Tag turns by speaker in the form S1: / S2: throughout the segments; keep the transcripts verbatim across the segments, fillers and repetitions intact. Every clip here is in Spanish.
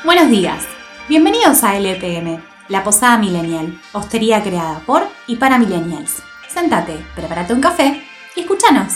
S1: Buenos días, bienvenidos a L P M, la posada millennial, hostería creada por y para millennials. Séntate, prepárate un café y escúchanos.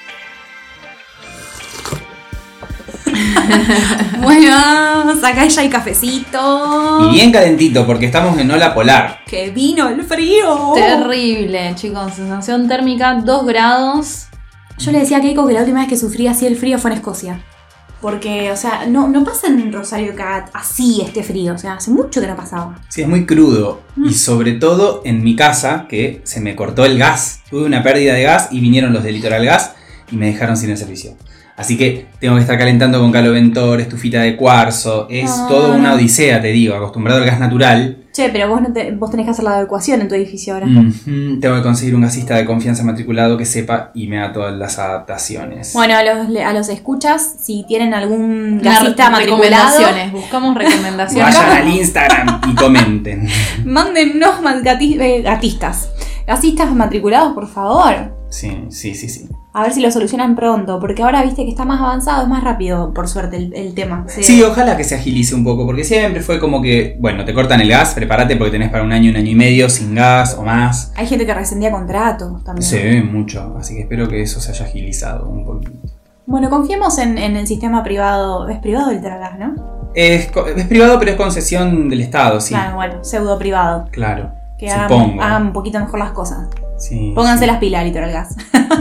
S1: Bueno, acá ya hay cafecito.
S2: Y bien calentito porque estamos en ola polar.
S1: ¡Que vino el frío!
S3: Terrible, chicos, sensación térmica dos grados.
S1: Yo le decía a Keiko que la última vez que sufrí así el frío fue en Escocia. Porque, o sea, no, no pasa en Rosario que haga así este frío. O sea, hace mucho que no pasaba.
S2: Sí, es muy crudo.
S1: Mm.
S2: Y sobre todo en mi casa, que se me cortó el gas. Tuve una pérdida de gas y vinieron los de Litoral Gas y me dejaron sin el servicio. Así que tengo que estar calentando con caloventor, estufita de cuarzo. Es
S1: Ah.
S2: toda una odisea, te digo. Acostumbrado al gas natural.
S1: Che, pero vos, no te, vos tenés que hacer la adecuación en tu edificio ahora.
S2: Mm-hmm. Tengo que conseguir un gasista de confianza matriculado que sepa y me haga todas las adaptaciones.
S1: Bueno, a los, a los escuchas, si tienen algún
S3: Unas
S1: gasista matriculado,
S3: recomendaciones, buscamos recomendaciones.
S2: Vayan al Instagram y comenten.
S1: mándennos más gati- eh, gatistas. Gasistas matriculados, por favor.
S2: Sí, sí, sí, sí.
S1: A ver si lo solucionan pronto, porque ahora viste que está más avanzado, es más rápido, por suerte, el, el tema. Se-
S2: Sí, ojalá que se agilice un poco, porque siempre fue como que, bueno, te cortan el gas, prepárate porque tenés para un año, un año y medio sin gas o más.
S1: Hay gente que rescindía contratos también.
S2: Sí, mucho, así que espero que eso se haya agilizado un poquito.
S1: Bueno, confiemos en, en el sistema privado. Es privado el Litoral Gas, ¿no?
S2: Es, co- es privado, pero es concesión del Estado, sí.
S1: Claro, bueno, pseudo privado.
S2: Claro,
S1: Que hagan,
S2: supongo.
S1: hagan un poquito mejor las cosas.
S2: Sí,
S1: Pónganse
S2: sí,
S1: las pilas, Litoral Gas.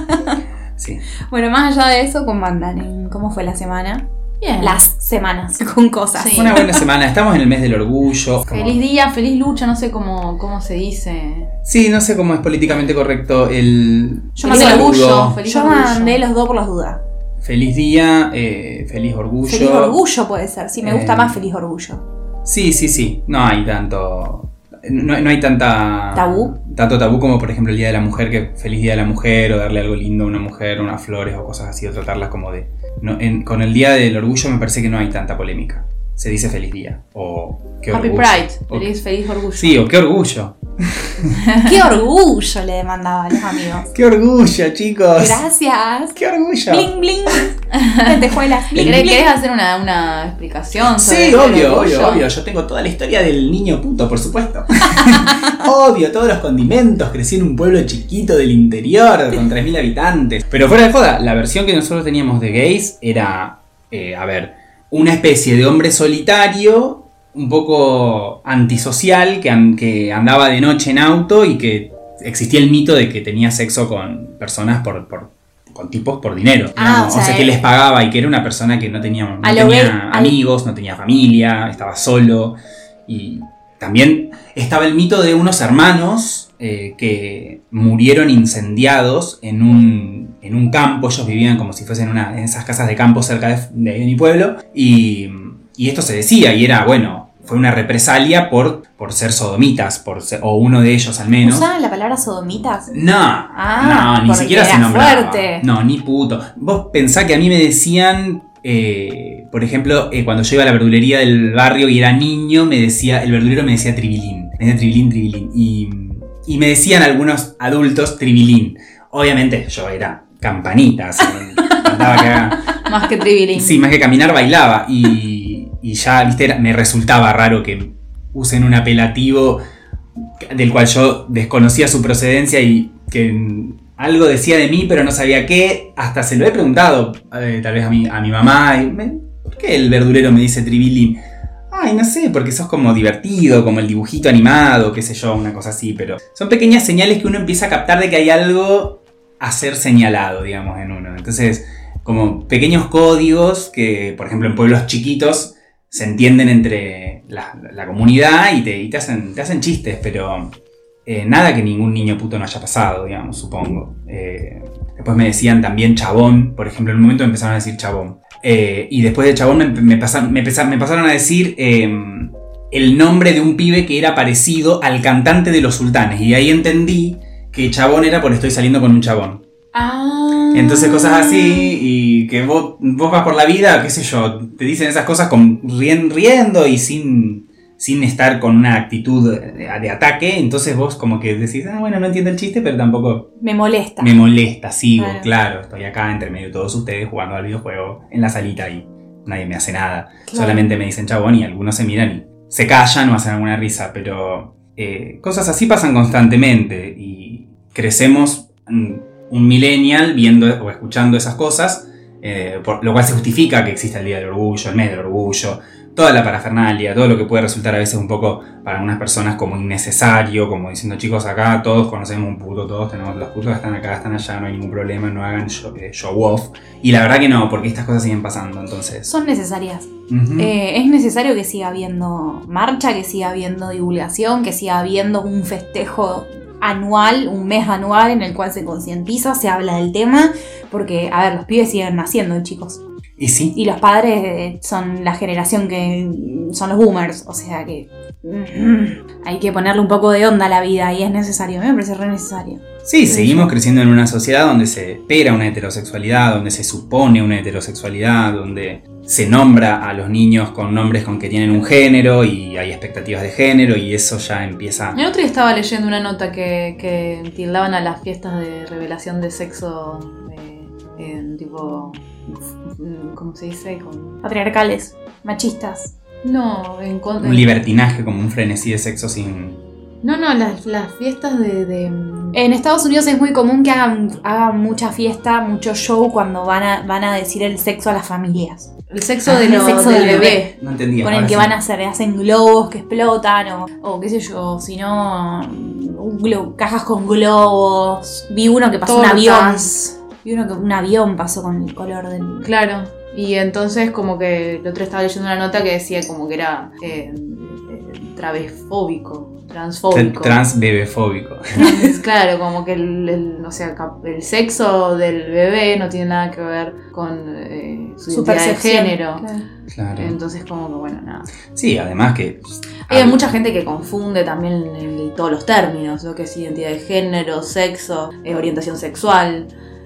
S2: sí.
S1: Bueno, más allá de eso, ¿cómo andan? ¿Cómo fue la semana?
S3: Bien.
S1: Las semanas con cosas.
S3: Sí.
S2: Fue una buena semana, estamos en el mes del orgullo. como-
S3: Feliz día, feliz lucha, no sé cómo, cómo se dice.
S2: Sí, no sé cómo es políticamente correcto el,
S1: Yo
S2: el
S1: mandé
S3: Feliz
S2: saludo.
S3: orgullo, feliz
S1: Yo
S3: orgullo.
S1: mandé los dos por las dudas.
S2: Feliz día, eh, feliz orgullo.
S1: Feliz orgullo puede ser. Sí, me gusta
S2: Eh,
S1: más feliz orgullo.
S2: Sí, sí, sí. No hay tanto. No, no hay tanta.
S1: ¿Tabú?
S2: Tanto tabú como, por ejemplo, el Día de la Mujer, que feliz Día de la Mujer, o darle algo lindo a una mujer, unas flores o cosas así, o tratarlas como de. No, en- con el Día del Orgullo me parece que no hay tanta polémica. Se dice feliz día. O qué
S3: Happy
S2: orgullo.
S3: Pride,
S2: O-
S3: feliz, feliz orgullo.
S2: Sí, o qué orgullo.
S1: ¡Qué orgullo! Le demandaba a los amigos.
S2: ¡Qué orgullo, chicos!
S1: Gracias.
S2: ¡Qué orgullo!
S1: Bling, bling. Lentejuelas. Bling,
S3: ¿Querés,
S1: bling.
S3: querés hacer una, una explicación sobre
S2: Sí,
S3: el
S2: obvio,
S3: orgullo?
S2: obvio, obvio. Yo tengo toda la historia del niño puto, por supuesto. Obvio, todos los condimentos. Crecí en un pueblo chiquito del interior con tres mil habitantes. Pero fuera de joda, la versión que nosotros teníamos de gays era, eh, a ver, una especie de hombre solitario, un poco antisocial, que, an- que andaba de noche en auto y que existía el mito de que tenía sexo con personas por... por con tipos por dinero.
S1: Ah,
S2: digamos.
S1: o
S2: o,
S1: sea,
S2: sea, que
S1: él-
S2: les pagaba y que era una persona que no tenía, no
S1: A lo
S2: tenía
S1: gay, al-
S2: amigos, no tenía familia, estaba solo. Y también estaba el mito de unos hermanos eh, que murieron incendiados en un, en un campo. Ellos vivían como si fuesen una, en esas casas de campo cerca de, de mi pueblo. Y, y esto se decía y era, bueno, fue una represalia por, por ser sodomitas, por ser- o uno de ellos al menos.
S1: ¿Usaban la palabra sodomitas?
S2: No,
S1: Ah,
S2: no, ni
S1: porque
S2: siquiera se
S1: era
S2: nombraba.
S1: fuerte.
S2: No, ni puto. Vos pensá que a mí me decían, eh, por ejemplo, eh, cuando yo iba a la verdulería del barrio y era niño, me decía, el verdulero me decía tribilín. Me decía tribilín, tribilín. Y, y me decían algunos adultos tribilín. Obviamente yo era campanita, así, andaba cagada.
S3: Más que tribilín.
S2: Sí, más que caminar bailaba y, y ya, viste, era- me resultaba raro que usen un apelativo del cual yo desconocía su procedencia y que mm, algo decía de mí pero no sabía qué. Hasta se lo he preguntado eh, tal vez a mi, a mi mamá. Y me- ¿Por qué el verdulero me dice tribilín? Ay, no sé, porque sos como divertido, como el dibujito animado, qué sé yo, una cosa así. Pero son pequeñas señales que uno empieza a captar de que hay algo a ser señalado, digamos, en uno. Entonces, como pequeños códigos que, por ejemplo, en pueblos chiquitos se entienden entre la, la comunidad y, te, y te, hacen, te hacen chistes, pero eh, nada que ningún niño puto no haya pasado, digamos, supongo. Eh, después me decían también chabón, por ejemplo, en un momento me empezaron a decir chabón. Eh, y después de chabón me, me, pasaron, me, pesa- me pasaron a decir eh, el nombre de un pibe que era parecido al cantante de Los Sultanes. Y ahí entendí que chabón era por estoy saliendo con un chabón.
S1: Ah.
S2: Entonces cosas así y que vos, vos vas por la vida, qué sé yo, te dicen esas cosas con, rien- riendo y sin, sin estar con una actitud de, de ataque. Entonces vos como que decís, ah, bueno, no entiendo el chiste, pero tampoco
S1: Me molesta.
S2: me molesta, sigo,
S1: Claro.
S2: claro. Estoy acá entre medio de todos ustedes jugando al videojuego en la salita ahí. nadie me hace nada.
S1: Claro.
S2: Solamente me dicen chabón y algunos se miran y se callan o hacen alguna risa, pero eh, cosas así pasan constantemente y crecemos un millennial viendo o escuchando esas cosas, eh, por lo cual se justifica que exista el Día del Orgullo, el mes del orgullo, toda la parafernalia, todo lo que puede resultar a veces un poco para algunas personas como innecesario, como diciendo chicos acá todos conocemos un puto, todos tenemos los putos que están acá, están allá, no hay ningún problema, no hagan show, eh, show off. Y la verdad que no, porque estas cosas siguen pasando, entonces...
S1: Son necesarias.
S2: Uh-huh.
S1: Eh, es necesario que siga habiendo marcha, que siga habiendo divulgación, que siga habiendo un festejo anual, un mes anual en el cual se concientiza, se habla del tema, porque, a ver, los pibes siguen naciendo, chicos.
S2: Y sí.
S1: Y los padres eh, son la generación que son los boomers, o sea que mm, hay que ponerle un poco de onda a la vida y es necesario, a mí me parece re necesario.
S2: Sí, seguimos creciendo en una sociedad donde se espera una heterosexualidad, donde se supone una heterosexualidad, donde se nombra a los niños con nombres con que tienen un género y hay expectativas de género y eso ya empieza...
S3: El otro día estaba leyendo una nota que, que tildaban a las fiestas de revelación de sexo de, en tipo... ¿Cómo se dice? Con...
S1: Patriarcales, machistas.
S3: No, en contra...
S2: Un libertinaje, como un frenesí de sexo sin...
S3: No, no, las, las fiestas de, de...
S1: En Estados Unidos es muy común que hagan, hagan mucha fiesta, mucho show cuando van a, van a decir el sexo a las familias.
S3: El sexo,
S1: Ah,
S3: de
S1: el
S3: lo,
S1: sexo
S3: del
S1: del
S3: bebé.
S1: bebé.
S2: No entendía.
S1: Con el
S2: ahora
S1: que
S2: sí.
S1: van a hacer, hacen globos que explotan o, o qué sé yo, si no, un glo- cajas con globos. Vi uno que pasó un avión.
S3: Tortas.
S1: Vi uno que un avión pasó con el color del...
S3: Claro. Y entonces como que el otro estaba leyendo una nota que decía como que era eh, eh, travesfóbico, transfóbico.
S2: Transbebefóbico.
S3: Trans, claro, como que el, el, o sea, cap- el sexo del bebé no tiene nada que ver con eh, su identidad de
S1: percepción.
S3: género.
S1: Claro.
S2: Claro.
S3: Entonces como que bueno, nada.
S2: Sí, además que...
S3: Hay mucha gente que confunde también el- todos los términos, lo que es identidad de género, sexo, eh, orientación sexual.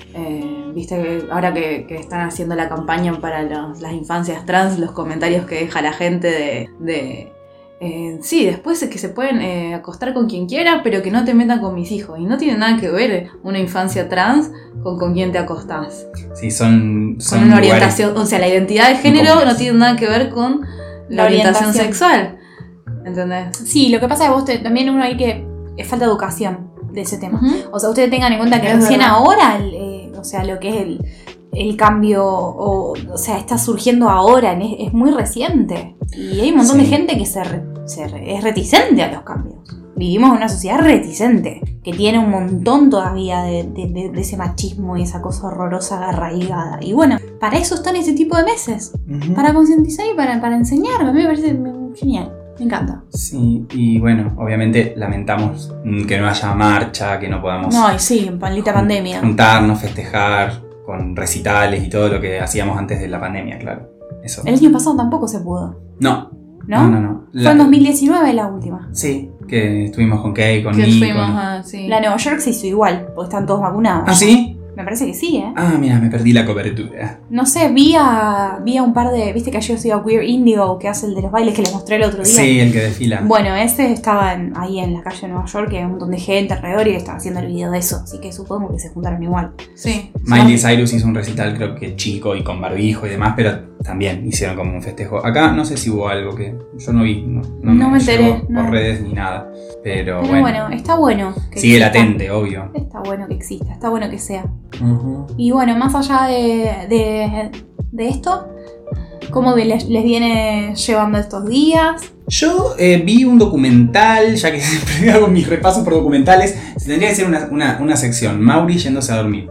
S3: Eh, Viste que ahora que, que están haciendo la campaña para los- las infancias trans, los comentarios que deja la gente de... de eh, sí, después es que se pueden eh, acostar con quien quiera, pero que no te metan con mis hijos. Y no tiene nada que ver una infancia trans con con quién te acostás.
S2: Sí, son... son
S3: Con una
S2: lugares-
S3: orientación, o sea, la identidad de género
S2: comunes.
S3: no tiene nada que ver con la,
S1: La
S3: orientación,
S1: orientación.
S3: sexual. ¿Entendés?
S1: Sí, lo que pasa es que vos te- también uno hay que... Es falta de educación de ese tema.
S3: Ujú.
S1: O sea, ustedes tengan en cuenta que
S3: Es
S1: recién
S3: verdad.
S1: ahora, el, eh, o sea, lo que es el, el cambio, o, o sea, está surgiendo ahora, es, es muy reciente. Y hay un montón
S2: Sí.
S1: de gente que se, re- se re- es reticente a los cambios. Vivimos en una sociedad reticente, que tiene un montón todavía de, de- de- de ese machismo y esa cosa horrorosa arraigada. Y bueno, para eso están ese tipo de meses,
S2: Ujú.
S1: para concientizar y para, para enseñar. A mí me parece mm, genial, me encanta.
S2: Sí, y bueno, obviamente lamentamos mm, que no haya marcha, que no podamos
S1: No, y sí, maldita pandemia.
S2: juntarnos, festejar con recitales y todo lo que hacíamos antes de la pandemia, claro. Eso.
S1: El año pasado tampoco se pudo,
S2: No,
S1: ¿no?
S2: no, no. no.
S1: Fue en dos mil diecinueve la última.
S2: Sí, que estuvimos con Kay, con
S3: Que
S2: Nico.
S3: fuimos
S2: ¿no?
S3: a... Sí.
S1: La de Nueva York se hizo igual, porque están todos vacunados.
S2: ¿Ah, sí?
S1: Me parece que sí, ¿eh?
S2: Ah, mira, me perdí la cobertura.
S1: No sé, vi a, vi a un par de... Viste que yo sigo a Queer Indigo, que hace el de los bailes que les mostré el otro día.
S2: Sí, el que desfila.
S1: Bueno, ese estaba en- ahí en la calle de Nueva York, que hay un montón de gente alrededor y estaba haciendo el video de eso. Así que supongo que se juntaron igual.
S3: Sí.
S2: Miley Cyrus hizo un recital, creo que chico y con barbijo y demás, pero también hicieron como un festejo. Acá no sé si hubo algo que yo no vi, no, no,
S1: No me enteré,
S2: llegó
S1: no.
S2: por redes ni nada. Pero,
S1: Pero
S2: bueno,
S1: bueno, está bueno. Que
S2: sigue
S1: exista.
S2: latente, obvio.
S1: Está bueno que exista, está bueno que sea.
S2: Ujú.
S1: Y bueno, más allá de, de, de esto, ¿cómo les, les viene llevando estos días?
S2: Yo eh, vi un documental, ya que siempre hago mis repasos por documentales, se tendría que ser una, una, una sección, Mauri yéndose a dormir,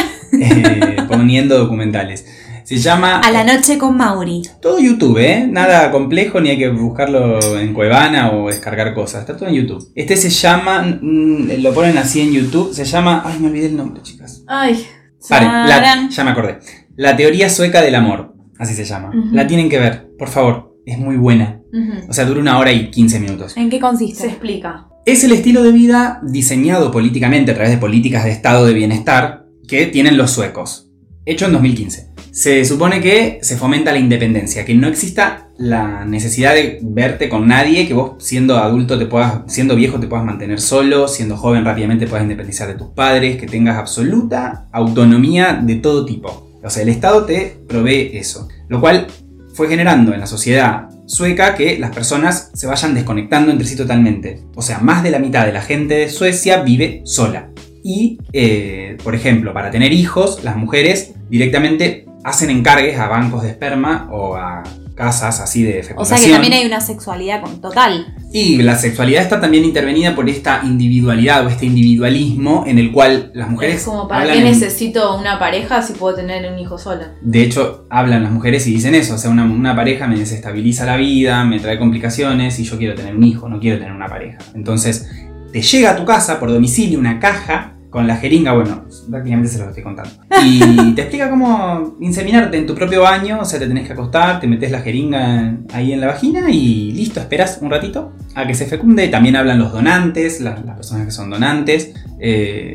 S2: eh, poniendo documentales. Se llama...
S1: A la noche con Mauri.
S2: Todo YouTube, ¿eh? Nada complejo, ni hay que buscarlo en Cuevana o descargar cosas. Está todo en YouTube. Este se llama... mm, lo ponen así en YouTube. Se llama... Ay, me olvidé el nombre, chicas.
S3: Ay.
S2: Paren, la-
S1: Sarán.
S2: ya me acordé. La teoría sueca del amor. Así se llama.
S3: Ujú.
S2: La tienen que ver, por favor. Es muy buena.
S3: Ujú.
S2: O sea, dura una hora y quince minutos.
S1: ¿En qué
S3: Se
S1: consiste?
S3: explica.
S2: Es el estilo de vida diseñado políticamente a través de políticas de estado de bienestar que tienen los suecos. Hecho en dos mil quince. Se supone que se fomenta la independencia, que no exista la necesidad de verte con nadie, que vos siendo adulto te puedas, siendo viejo te puedas mantener solo, siendo joven rápidamente puedas independizar de tus padres, que tengas absoluta autonomía de todo tipo. O sea, el Estado te provee eso. Lo cual fue generando en la sociedad sueca que las personas se vayan desconectando entre sí totalmente. O sea, más de la mitad de la gente de Suecia vive sola. Y, eh, por ejemplo, para tener hijos, las mujeres directamente hacen encargues a bancos de esperma o a casas así de fecundación.
S1: O sea que también hay una sexualidad con total.
S2: Y la sexualidad está también intervenida por esta individualidad o este individualismo en el cual las mujeres...
S3: Es como, ¿para qué
S2: en...
S3: necesito una pareja si puedo tener un hijo sola?
S2: De hecho, hablan las mujeres y dicen eso. O sea, una, una pareja me desestabiliza la vida, me trae complicaciones y yo quiero tener un hijo, no quiero tener una pareja. Entonces, te llega a tu casa por domicilio una caja con la jeringa, bueno, prácticamente se lo estoy contando. Y te explica cómo inseminarte en tu propio baño, o sea, te tenés que acostar, te metes la jeringa ahí en la vagina y listo, esperas un ratito a que se fecunde. También hablan los donantes, las, las personas que son donantes. Eh,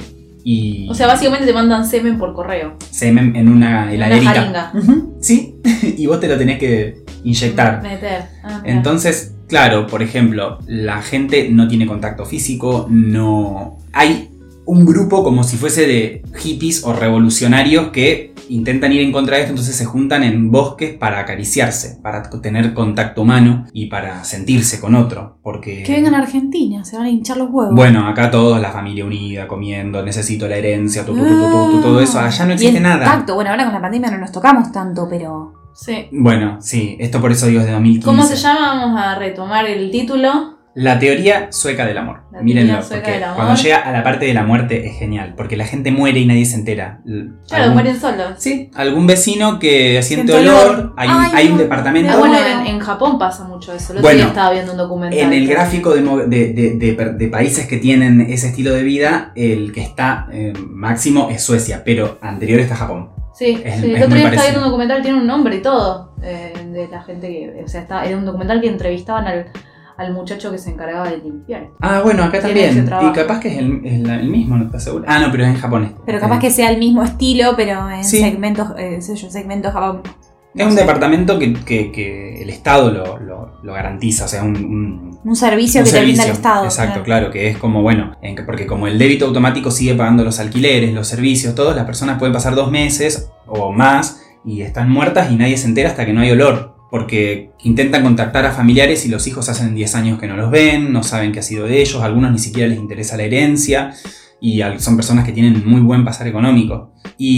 S2: y
S3: o sea, básicamente te mandan semen por correo.
S2: Semen en una heladerita.
S3: En una jeringa.
S2: Uh-huh, sí, y vos te lo tenés que inyectar.
S3: Meter. Ah,
S2: entonces, claro, por ejemplo, la gente no tiene contacto físico, no... Hay un grupo como si fuese de hippies o revolucionarios que intentan ir en contra de esto, entonces se juntan en bosques para acariciarse, para tener contacto humano y para sentirse con otro, porque...
S1: Que vengan a Argentina, se van a hinchar los huevos.
S2: Bueno, acá todos, la familia unida, comiendo, necesito la herencia, tu, tu, tu, tu, tu, todo eso, allá no existe nada.
S1: Exacto, bueno, ahora con la pandemia no nos tocamos tanto, pero...
S3: Sí.
S2: Bueno, sí, esto por eso digo es de dos mil quince.
S3: ¿Cómo se llama? Vamos a retomar el título.
S2: La teoría sueca del amor.
S3: La
S2: Mírenlo,
S3: sueca
S2: porque
S3: del amor.
S2: Cuando llega a la parte de la muerte es genial, porque la gente muere y nadie se entera.
S3: Claro,
S2: algún,
S3: mueren solos.
S2: Sí, algún vecino que siente
S1: Siente
S2: olor,
S1: olor.
S2: hay,
S1: Ay,
S2: hay un
S1: no,
S2: departamento.
S3: Ah, bueno,
S1: no.
S3: en, en Japón pasa mucho eso. El otro
S2: Bueno,
S3: día estaba viendo un documental.
S2: En el
S3: que-
S2: gráfico de, mo- de, de, de, de países que tienen ese estilo de vida, el que está eh, máximo es Suecia, pero anterior está Japón.
S3: Sí,
S2: Es-
S3: sí,
S2: es
S3: el otro
S2: muy
S3: día estaba
S2: parecido.
S3: viendo un documental, tiene un nombre y todo. eh, de la gente que. O sea, está, era un documental que entrevistaban al, al muchacho que se encargaba de limpiar.
S2: Ah, bueno, acá
S3: Tiene ese
S2: también.
S3: trabajo.
S2: Y capaz que es el, es la- el mismo, no estás seguro. Ah, no, pero es en japonés.
S1: Pero capaz que sea el mismo estilo, pero en
S2: Sí.
S1: segmentos, eh, sé yo, segmentos Japón.
S2: Es
S1: No
S2: un
S1: sé.
S2: departamento que, que, que el Estado lo, lo, lo garantiza, o sea, un, un,
S1: Un servicio
S2: un
S1: que te brinda
S2: servicio.
S1: el Estado.
S2: Exacto, claro, que es como, bueno, en que- porque como el débito automático sigue pagando los alquileres, los servicios, todos, las personas pueden pasar dos meses o más y están muertas y nadie se entera hasta que no hay olor. Porque intentan contactar a familiares y los hijos hacen diez años que no los ven, no saben qué ha sido de ellos, a algunos ni siquiera les interesa la herencia y al- son personas que tienen muy buen pasar económico.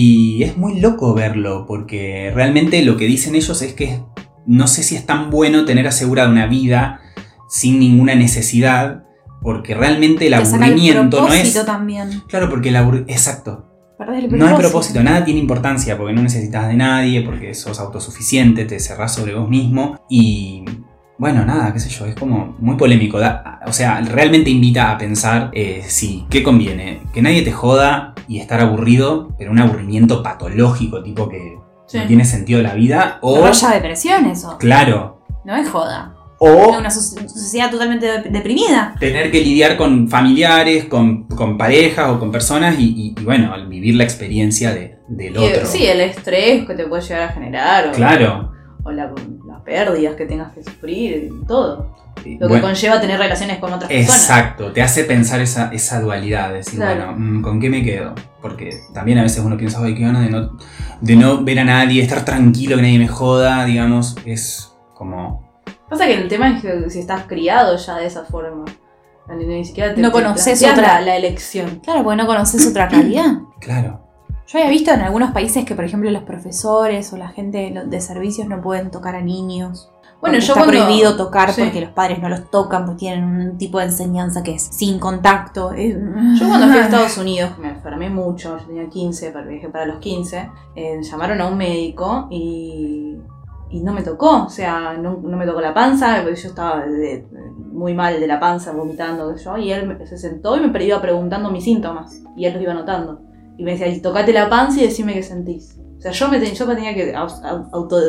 S2: Y es muy loco verlo porque realmente lo que dicen ellos es que no sé si es tan bueno tener asegurada una vida sin ninguna necesidad, porque realmente el
S1: Te saca el
S2: aburrimiento no es...
S1: propósito también.
S2: Claro, porque el aburrimiento... Exacto.
S1: Perdés el
S2: No hay propósito, nada tiene importancia porque no necesitas de nadie, porque sos autosuficiente, te cerrás sobre vos mismo y bueno, nada, qué sé yo, es como muy polémico. Da, o sea, realmente invita a pensar eh, si, ¿qué conviene? Que nadie te joda y estar aburrido, pero un aburrimiento patológico, tipo que
S3: Sí.
S2: no tiene sentido la vida, o...
S1: Raya depresión eso.
S2: Claro.
S1: No es joda.
S2: O
S1: Es una so- sociedad totalmente dep- deprimida.
S2: tener que lidiar con familiares, con, con parejas o con personas y, y- y, bueno, al vivir la experiencia de, del
S3: Y,
S2: otro.
S3: sí, el estrés que te puede llegar a generar. O,
S2: Claro.
S3: o la- las pérdidas que tengas que sufrir, todo. Lo que
S2: Bueno,
S3: conlleva tener relaciones con otras personas.
S2: exacto, te hace pensar esa, esa dualidad, de decir,
S3: Claro.
S2: bueno, mm, ¿con qué me quedo? Porque también a veces uno piensa, ay, qué ganas de no, de no ver a nadie, estar tranquilo, que nadie me joda, digamos, es como...
S3: Pasa que el tema es que si estás criado ya de esa forma, ni, ni siquiera te
S1: No
S3: te
S1: conoces
S3: planteas
S1: otra.
S3: la, la elección.
S1: Claro, porque no conoces otra realidad.
S2: Claro.
S1: Yo había visto en algunos países que, por ejemplo, los profesores o la gente de lo- de servicios no pueden tocar a niños.
S3: Bueno,
S1: Porque
S3: yo
S1: está
S3: cuando-
S1: prohibido tocar
S3: sí.
S1: porque los padres no los tocan, porque tienen un tipo de enseñanza que es sin contacto. Es-
S3: Yo cuando fui a Estados Unidos, que me enfermé mucho, yo tenía quince, pero viajé para los quince, eh, llamaron a un médico y, y no me tocó, o sea, no, no me tocó la panza, porque yo estaba de- de- muy mal de la panza, vomitando, qué sé yo, y él me- se sentó y me iba preguntando mis síntomas, y él los iba anotando. Y me decía, tocate la panza y decime qué sentís. O sea, yo me, ten- yo me tenía que au- au- auto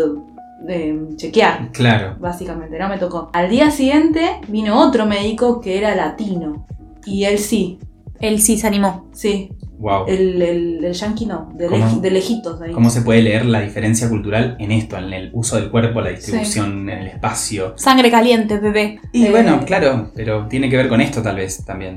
S3: eh, chequear.
S2: Claro.
S3: Básicamente, no me tocó. Al día siguiente vino otro médico que era latino. Y él sí,
S1: Él sí se animó.
S3: sí.
S2: Wow.
S3: El, el, el yankee no, de,
S2: ¿Cómo?
S3: leji- de lejitos ahí.
S2: ¿Cómo se puede leer la diferencia cultural en esto, en el uso del cuerpo, la distribución en el espacio?
S1: Sangre caliente, bebé.
S2: Y
S3: Eh,
S2: bueno, claro, pero tiene que ver con esto tal vez también.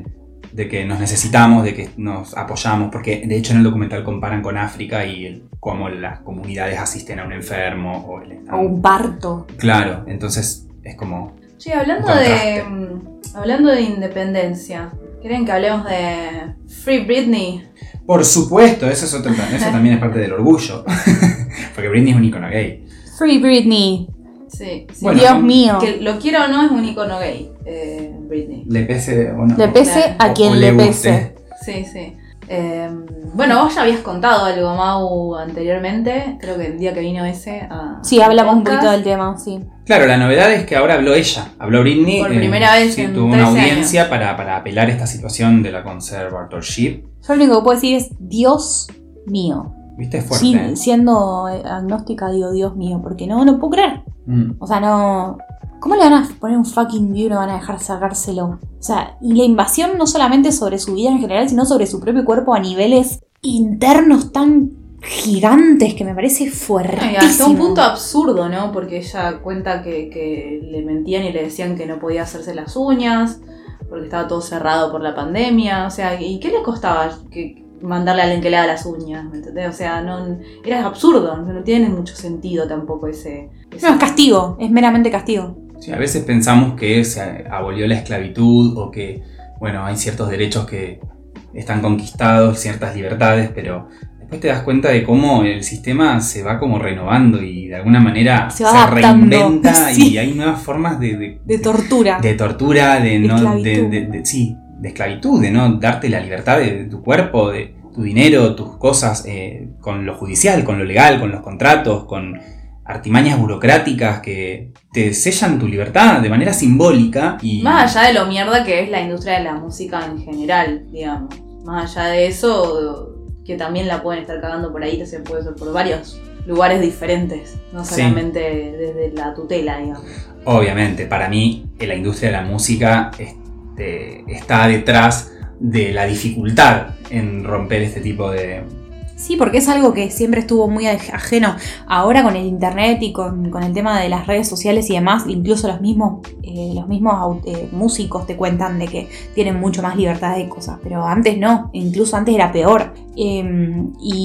S2: de que nos necesitamos, de que nos apoyamos, porque de hecho en el documental comparan con África y el, cómo las comunidades asisten a un enfermo o, el,
S1: o un parto.
S2: Claro, entonces es como...
S3: Sí, hablando de, hablando de independencia, ¿quieren que hablemos de Free Britney?
S2: Por supuesto, eso, es otro, eso también es parte del orgullo, porque Britney es un icono gay.
S1: Free Britney.
S3: Sí, sí.
S1: Bueno, Dios mío.
S3: Que lo quiera o no, es un icono gay, eh, Britney.
S2: Le pese o no.
S1: Le pese a quien le pese.
S3: Sí, sí. Eh, bueno, vos ya habías contado algo, Mau, anteriormente. Creo que el día que vino ese a...
S1: Sí, hablamos un poquito del tema, sí.
S2: Claro, la novedad es que ahora habló ella. Habló Britney.
S3: Por primera
S2: eh,
S3: vez
S2: sí,
S3: en
S2: tuvo una
S3: trece
S2: audiencia
S3: años.
S2: para, para apelar esta situación de la conservatorship.
S1: Yo lo único que puedo decir es Dios mío.
S2: ¿Viste? Es fuerte.
S1: Sí,
S2: ¿eh?
S1: siendo agnóstica digo Dios mío, porque no, no puedo creer.
S2: Mm.
S1: O sea, no... ¿Cómo le van a poner un fucking view y no van a dejar sacárselo? O sea, y la invasión no solamente sobre su vida en general, sino sobre su propio cuerpo a niveles internos tan gigantes que me parece fuertísimo.
S3: Y hasta un punto absurdo, ¿no? Porque ella cuenta que, que le mentían y le decían que no podía hacerse las uñas, porque estaba todo cerrado por la pandemia. O sea, ¿y qué le costaba que mandarle a alguien que le haga las uñas? ¿Me entendés? O sea, no, era absurdo, no tiene mucho sentido tampoco ese... ese...
S1: No, es castigo, es meramente castigo.
S2: Sí, a veces pensamos que se abolió la esclavitud o que, bueno, hay ciertos derechos que están conquistados, ciertas libertades, pero después te das cuenta de cómo el sistema se va como renovando y de alguna manera
S1: se,
S2: se,
S1: va se
S2: reinventa
S1: sí.
S2: y hay nuevas formas de... De,
S1: de tortura.
S2: De tortura, de,
S1: de
S2: no... De, de, de, sí, de esclavitud, de no darte la libertad de, de tu cuerpo, de tu dinero, tus cosas, eh, con lo judicial, con lo legal, con los contratos, con artimañas burocráticas que te sellan tu libertad de manera simbólica y...
S3: Más allá de lo mierda que es la industria de la música en general, digamos. Más allá de eso, que también la pueden estar cagando por ahí, se puede ser por varios lugares diferentes, no solamente sí. desde la tutela, digamos.
S2: Obviamente, para mí la industria de la música este, está detrás de la dificultad en romper este tipo de...
S1: Sí, porque es algo que siempre estuvo muy ajeno. Ahora con el internet y con, con el tema de las redes sociales y demás, incluso los mismos, eh, los mismos eh, músicos te cuentan de que tienen mucho más libertad de cosas, pero antes no, incluso antes era peor. Eh,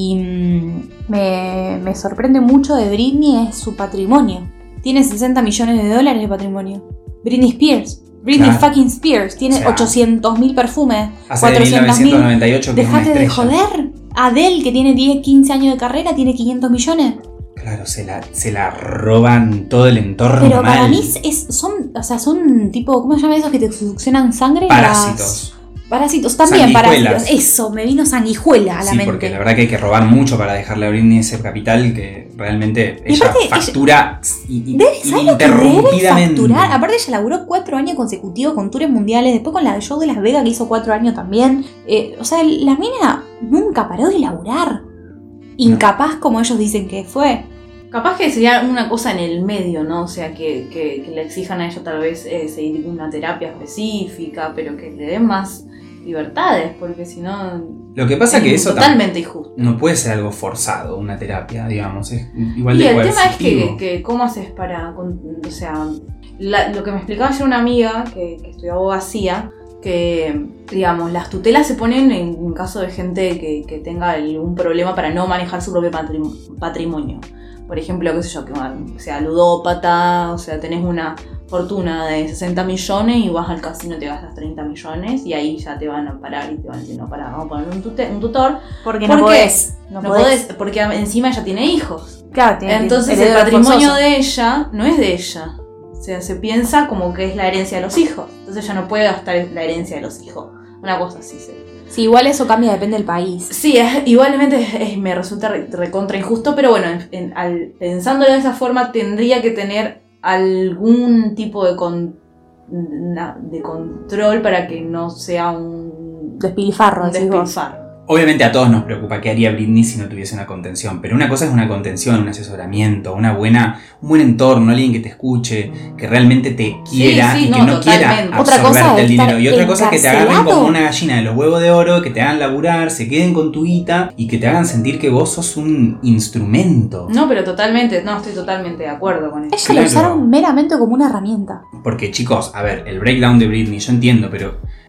S1: y me, me sorprende mucho de Britney es su patrimonio. Tiene sesenta millones de dólares de patrimonio. Britney Spears. Britney claro. fucking Spears. Tiene o sea, ochocientos mil perfumes.
S2: Hace de mil novecientos noventa y ocho que
S1: Dejate
S2: es una
S1: de joder. Adele, que tiene diez, quince años de carrera, tiene quinientos millones.
S2: Claro, se la, se la roban todo el entorno.
S1: Pero
S2: mal.
S1: Para mí es, son, o sea, son tipo, ¿cómo se llama esos que te succionan sangre?
S2: Parásitos.
S1: Las... Parásitos, también parásitos. Eso, me vino sanguijuela a la
S2: sí,
S1: mente.
S2: Sí, porque la verdad que hay que robar mucho para dejarle a Britney ese capital que realmente y ella factura
S1: ella,
S2: ininterrumpidamente.
S1: Debe aparte ella laburó cuatro años consecutivos con tours mundiales, después con la de Show de Las Vegas que hizo cuatro años también. Eh, o sea, la mina nunca paró de laburar. Incapaz no. como ellos dicen que fue.
S3: Capaz que sería una cosa en el medio, ¿no? O sea, que, que, que le exijan a ella tal vez eh, seguir una terapia específica, pero que le den más libertades, porque si no...
S2: Lo que pasa es que eso
S3: totalmente injusto.
S2: No puede ser algo forzado, una terapia, digamos, es igual
S3: y
S2: de
S3: el
S2: coercitivo.
S3: tema es que, que cómo haces para... O sea, la, lo que me explicaba ayer una amiga que, que estudió abogacía, que, digamos, las tutelas se ponen en, en caso de gente que, que tenga algún problema para no manejar su propio patrimonio. Por ejemplo, qué sé yo, que o sea, ludópata, o sea, tenés una fortuna de sesenta millones y vas al casino y te gastas treinta millones y ahí ya te van a parar y te van a decir, no, pará, vamos a poner un, tute, un tutor.
S1: Porque no podés.
S3: No, no podés. podés. Porque encima ella tiene hijos.
S1: Claro, tiene
S3: Entonces el patrimonio forzoso. de ella no es de ella. O sea, se piensa como que es la herencia de los hijos. Entonces ella no puede gastar la herencia de los hijos. Una cosa así se...
S1: Sí, igual eso cambia, depende del país.
S3: Sí, es, igualmente es, es, me resulta re, recontra injusto, pero bueno, en, en, al, pensándolo de esa forma tendría que tener algún tipo de, con, na, de control para que no sea un
S1: despilfarro.
S3: Un despilfarro.
S2: Obviamente a todos nos preocupa qué haría Britney si no tuviese una contención, pero una cosa es una contención, un asesoramiento, una buena, un buen entorno, alguien que te escuche, que realmente te quiera
S3: sí, sí,
S2: y que
S3: no,
S2: no quiera absorberte el dinero. Y otra cosa es que te agarren como una gallina de los huevos de oro, que te hagan laburar, se queden con tu guita y que te hagan sentir que vos sos un instrumento.
S3: No, pero totalmente, no, estoy totalmente de acuerdo con eso.
S1: Ella claro. lo usaron meramente como una herramienta.
S2: Porque chicos, a ver, el breakdown de Britney, yo entiendo, pero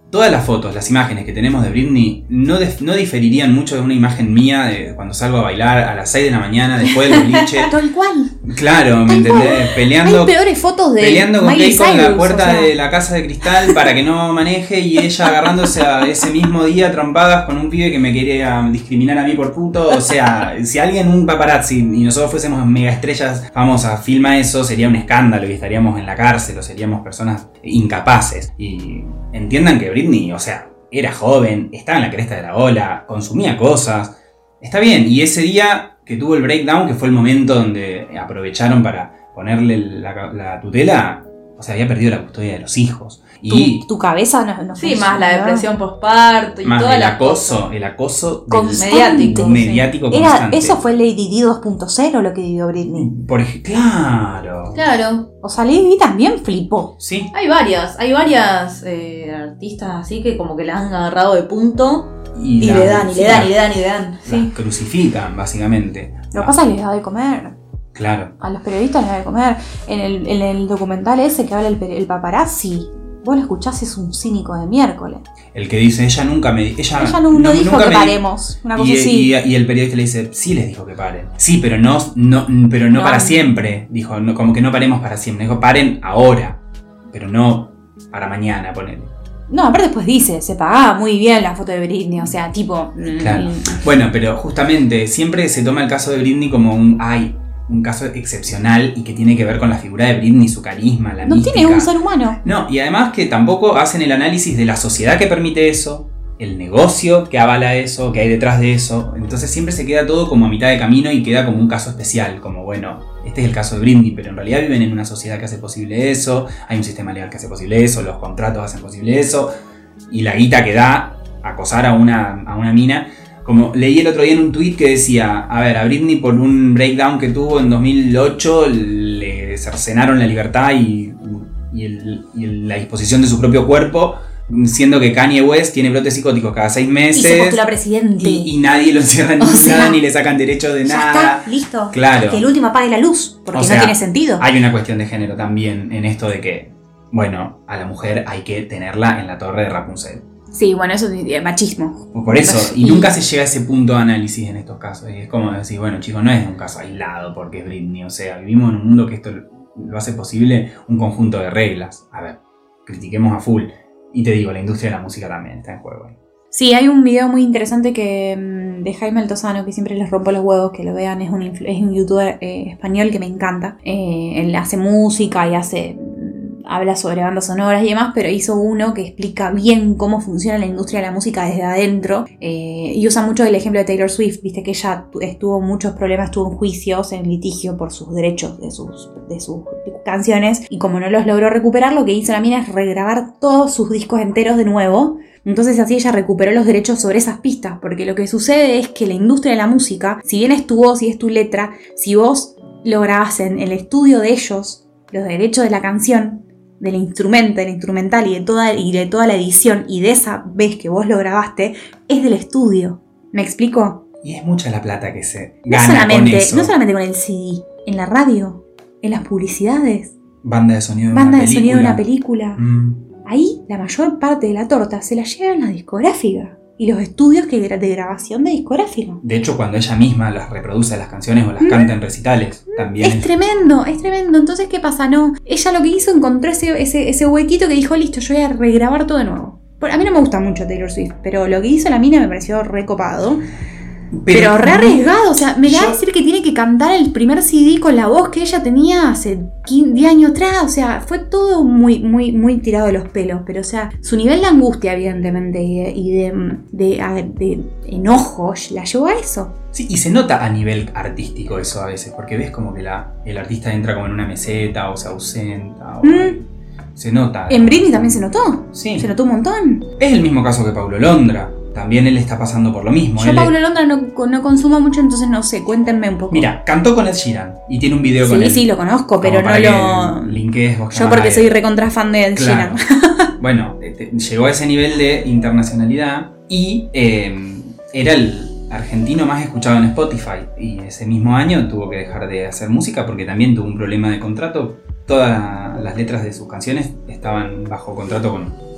S2: todas las fotos, las imágenes que tenemos de Britney no, def- no diferirían mucho de una imagen mía de cuando salgo a bailar a las seis de la mañana después del boliche.
S1: Tal cual.
S2: Claro, ¿me entendés? Peleando,
S1: Hay peores fotos de
S2: peleando con
S1: Miley
S2: Keiko en la
S1: Cyrus,
S2: puerta
S1: o sea.
S2: de la casa de cristal para que no maneje y ella agarrándose a ese mismo día trompadas con un pibe que me quería discriminar a mí por puto. O sea, si alguien, un paparazzi y nosotros fuésemos mega estrellas famosas, filma eso, sería un escándalo y estaríamos en la cárcel o seríamos personas incapaces. Y entiendan que Britney, o sea, era joven, estaba en la cresta de la ola, consumía cosas. Está bien, y ese día que tuvo el breakdown, que fue el momento donde aprovecharon para ponerle la, la tutela, o sea, había perdido la custodia de los hijos. Y
S1: Tu, tu cabeza no, no
S3: Sí,
S1: funciona,
S3: más la
S1: ¿no?
S3: depresión postparto y
S2: más
S3: toda
S2: el
S3: la
S2: acoso, el acoso del-
S1: Constante.
S3: mediático.
S2: mediático
S1: Era,
S2: constante.
S1: eso fue Lady Di dos punto cero lo que vivió Britney.
S2: Por ej- claro.
S3: Claro.
S1: O sea, Lady Di también flipó.
S2: Sí.
S3: Hay varias, hay varias eh, artistas así que como que la han agarrado de punto y,
S2: la-
S3: le dan, y
S2: sí,
S3: le dan,
S2: la-
S3: y le dan, y le dan.
S2: las
S3: Sí.
S2: crucifican, básicamente.
S1: Lo que pasa es que les da de comer.
S2: Claro.
S1: A los periodistas les da de comer. En el, en el documental ese que habla el, per- el paparazzi, vos lo escuchás, es un cínico de miércoles.
S2: El que dice, ella nunca me... Ella,
S1: Ella no, no dijo
S2: nunca
S1: que
S2: me-
S1: paremos. Una cosa
S2: Y,
S1: así.
S2: y- y el periodista le dice, sí les dijo que paren. Sí, pero no, no, pero no,
S1: No.
S2: para siempre. Dijo, no, como que no paremos para siempre. Dijo, paren ahora, pero no para mañana, ponele.
S1: No, aparte después dice, se pagaba muy bien la foto de Britney. O sea, tipo...
S2: Claro.
S1: mm,
S2: Bueno, pero justamente siempre se toma el caso de Britney como un, ay, un caso excepcional y que tiene que ver con la figura de Britney, su carisma, la
S1: No
S2: mística.
S1: tiene un ser humano.
S2: No, y además que tampoco hacen el análisis de la sociedad que permite eso, el negocio que avala eso, que hay detrás de eso. Entonces siempre se queda todo como a mitad de camino y queda como un caso especial, como bueno, este es el caso de Britney, pero en realidad viven en una sociedad que hace posible eso, hay un sistema legal que hace posible eso, los contratos hacen posible eso, y la guita que da acosar a una, a una mina. Como leí el otro día en un tweet que decía, a ver, a Britney por un breakdown que tuvo en dos mil ocho le cercenaron la libertad y, y, el, y el- la disposición de su propio cuerpo, siendo que Kanye West tiene brotes psicóticos cada seis
S1: Y se
S2: meses
S1: postula presidente.
S2: y, y nadie lo encierra en
S1: O
S2: ningún
S1: sea,
S2: lado ni le sacan derechos de
S1: ya
S2: nada.
S1: está, listo.
S2: Claro.
S1: Que el último apague la luz, porque
S2: O sea,
S1: no tiene sentido.
S2: Hay una cuestión de género también en esto de que, bueno, a la mujer hay que tenerla en la torre de Rapunzel.
S1: Sí, bueno, eso es eh, machismo.
S2: Por eso, y
S1: Y-
S2: nunca se llega a ese punto de análisis en estos casos. Y es como decir, bueno, chicos, no es un caso aislado porque es Britney. O sea, vivimos en un mundo que esto lo hace posible un conjunto de reglas. A ver, critiquemos a full. Y te digo, la industria de la música también está en juego ahí.
S1: Sí, hay un video muy interesante que mm, de Jaime Altozano, que siempre les rompo los huevos, que lo vean, es un, influ- es un youtuber eh, español que me encanta. Eh, él hace música y hace mm, habla sobre bandas sonoras y demás, pero hizo uno que explica bien cómo funciona la industria de la música desde adentro, eh, y usa mucho el ejemplo de Taylor Swift. Viste que ella tu- estuvo muchos problemas, estuvo en juicios, en litigio por sus derechos de sus, de sus canciones, y como no los logró recuperar, lo que hizo la mina es regrabar todos sus discos enteros de nuevo. Entonces así ella recuperó los derechos sobre esas pistas, porque lo que sucede es que la industria de la música, si bien es tu voz y es tu letra, si vos lo grabás en el estudio de ellos, los derechos de la canción, del instrumento, del instrumental y de toda, y de toda la edición, y de esa vez que vos lo grabaste, es del estudio. ¿Me explico?
S2: Y es mucha la plata que se
S1: No
S2: gana con
S1: solamente,
S2: eso.
S1: no solamente con el C D, en la radio, en las publicidades,
S2: Banda de sonido de
S1: banda
S2: una
S1: de sonido de una
S2: película.
S1: película.
S2: Mm.
S1: Ahí la mayor parte de la torta se la llevan las discográficas y los estudios que gra- de grabación de discográfica.
S2: De hecho, cuando ella misma las reproduce las canciones o las
S1: Mm.
S2: canta en recitales, también
S1: Es tremendo, es tremendo. Entonces, ¿qué pasa? No, ella lo que hizo, encontró ese, ese, ese huequito que dijo, listo, yo voy a regrabar todo de nuevo. Por- A mí no me gusta mucho Taylor Swift, pero lo que hizo la mina me pareció recopado. Pero, re arriesgado, o sea, me da a
S2: yo-
S1: decir que tiene que cantar el primer C D con la voz que ella tenía hace diez años atrás. O sea, fue todo muy, muy, muy tirado de los pelos. Pero, o sea, su nivel de angustia, evidentemente, y de, y de, de- a- de enojo, la llevó a eso.
S2: Sí, y se nota a nivel artístico eso a veces, porque ves como que la, el artista entra como en una meseta o se ausenta. O
S1: Mm.
S2: Se nota.
S1: En Britney también se notó.
S2: Sí.
S1: Se notó un montón.
S2: Es el mismo caso que Paulo Londra. También él está pasando por lo mismo.
S1: Yo
S2: Él
S1: Paulo
S2: es-
S1: Londra no, no consumo mucho, entonces no sé, cuéntenme un poco.
S2: Mira, cantó con Ed Sheeran y tiene un video con
S1: Sí,
S2: él.
S1: sí, lo conozco, pero
S2: Como
S1: no
S2: para
S1: lo...
S2: que linkees vos
S1: Yo
S2: jamás
S1: porque
S2: a
S1: soy
S2: él.
S1: recontra fan de Ed
S2: Claro.
S1: Sheeran.
S2: Bueno, eh, te- llegó a ese nivel de internacionalidad y eh, era el argentino más escuchado en Spotify. Y ese mismo año tuvo que dejar de hacer música porque también tuvo un problema de contrato. Todas las letras de sus canciones estaban bajo contrato con,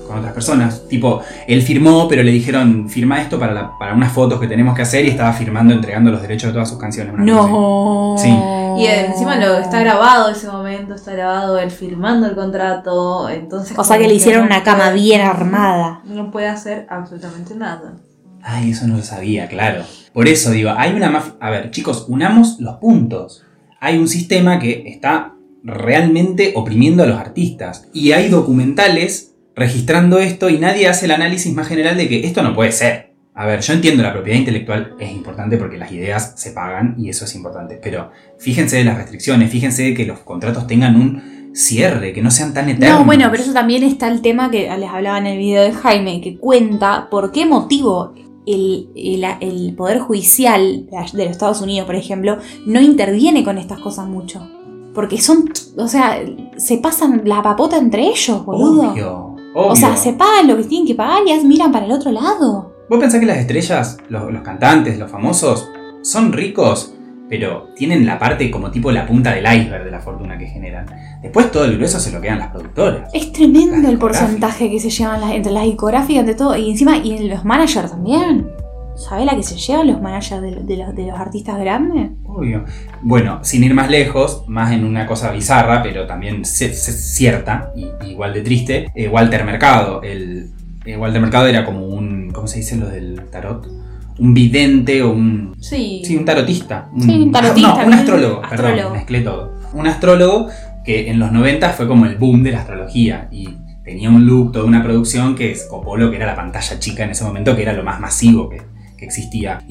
S2: con otras personas. Tipo, él firmó, pero le dijeron, firma esto para, la, para unas fotos que tenemos que hacer, y estaba firmando, entregando los derechos de todas sus canciones. Una
S1: No.
S2: cosa así. Sí.
S3: Y encima lo está grabado ese momento, está grabado él firmando el contrato, entonces...
S1: O sea que le hicieron una cama bien armada.
S3: No puede hacer absolutamente nada.
S2: Ay, eso no lo sabía, claro. Por eso digo, hay una mafia... A ver, chicos, unamos los puntos. Hay un sistema que está realmente oprimiendo a los artistas. Y hay documentales registrando esto y nadie hace el análisis más general de que esto no puede ser. A ver, yo entiendo la propiedad intelectual es importante porque las ideas se pagan y eso es importante. Pero fíjense de las restricciones, fíjense de que los contratos tengan un cierre, que no sean tan eternos.
S1: No, bueno, pero eso también está el tema que les hablaba en el video de Jaime, que cuenta por qué motivo el, el, el Poder Judicial de los Estados Unidos, por ejemplo, no interviene con estas cosas mucho. Porque son, o sea, se pasan la papota entre ellos, boludo.
S2: Obvio, obvio.
S1: O sea, se pagan lo que tienen que pagar y miran para el otro lado.
S2: ¿Vos pensás que las estrellas, los, los cantantes, los famosos, son ricos, pero tienen la parte como tipo la punta del iceberg de la fortuna que generan? Después todo el grueso se lo quedan las productoras.
S1: Es tremendo
S2: Las
S1: el porcentaje que se llevan las, entre las discográficas, entre todo. Y encima, y los managers también. ¿Sabés la que se llevan los managers de, de, los, de los artistas grandes?
S2: Obvio. Bueno, sin ir más lejos, más en una cosa bizarra, pero también c- c- cierta, y igual de triste, eh, Walter Mercado. El, eh, Walter Mercado era como un, ¿cómo se dice lo del tarot? Un vidente o un...
S3: Sí.
S2: Sí, un tarotista. Un,
S1: Sí, un tarotista.
S2: No, un astrólogo,
S1: astrólogo.
S2: perdón, mezclé todo. Un astrólogo que en los noventa fue como el boom de la astrología y tenía un look, toda una producción que escopó lo que era la pantalla chica en ese momento, que era lo más masivo que, que existía.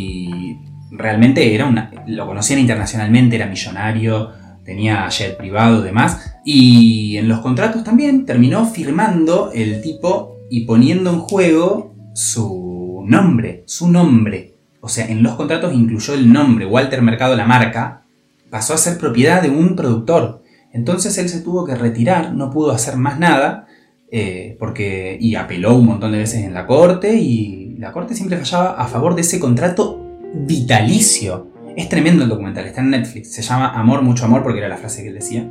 S2: Y realmente era una, lo conocían internacionalmente, era millonario, tenía jet privado y demás. Y en los contratos también terminó firmando el tipo y poniendo en juego su nombre, su nombre. O sea, en los contratos incluyó el nombre, Walter Mercado, la marca, pasó a ser propiedad de un productor. Entonces él se tuvo que retirar, no pudo hacer más nada, eh, porque, y apeló un montón de veces en la corte, y la corte siempre fallaba a favor de ese contrato vitalicio. Es tremendo el documental, está en Netflix, se llama Amor, mucho amor, porque era la frase que él decía,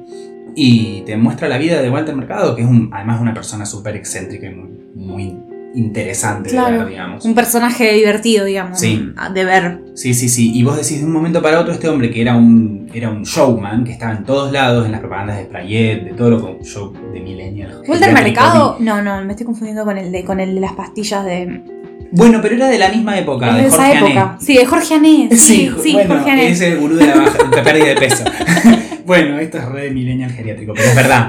S2: y te muestra la vida de Walter Mercado, que es un, además una persona súper excéntrica y muy, muy interesante,
S1: Claro,
S2: de ver, digamos.
S1: un personaje divertido, digamos,
S2: Sí.
S1: de ver.
S2: Sí, sí, sí. Y vos decís de un momento para otro, este hombre que era un, era un showman, que estaba en todos lados, en las propagandas de Sprayet, de todo lo que show de Millennial.
S1: Walter
S2: geriátrico.
S1: Mercado, no, no, me estoy confundiendo con el de, con el de las pastillas de,
S2: Bueno, pero era de la misma época,
S1: de
S2: de
S1: esa
S2: Jorge
S1: época.
S2: Ané.
S1: Sí, de Jorge Ané. Sí, sí,
S2: bueno,
S1: Jorge Ané.
S2: es el gurú de la, baja, de pérdida de peso. Bueno, esto es re de Millennial geriátrico, pero es verdad.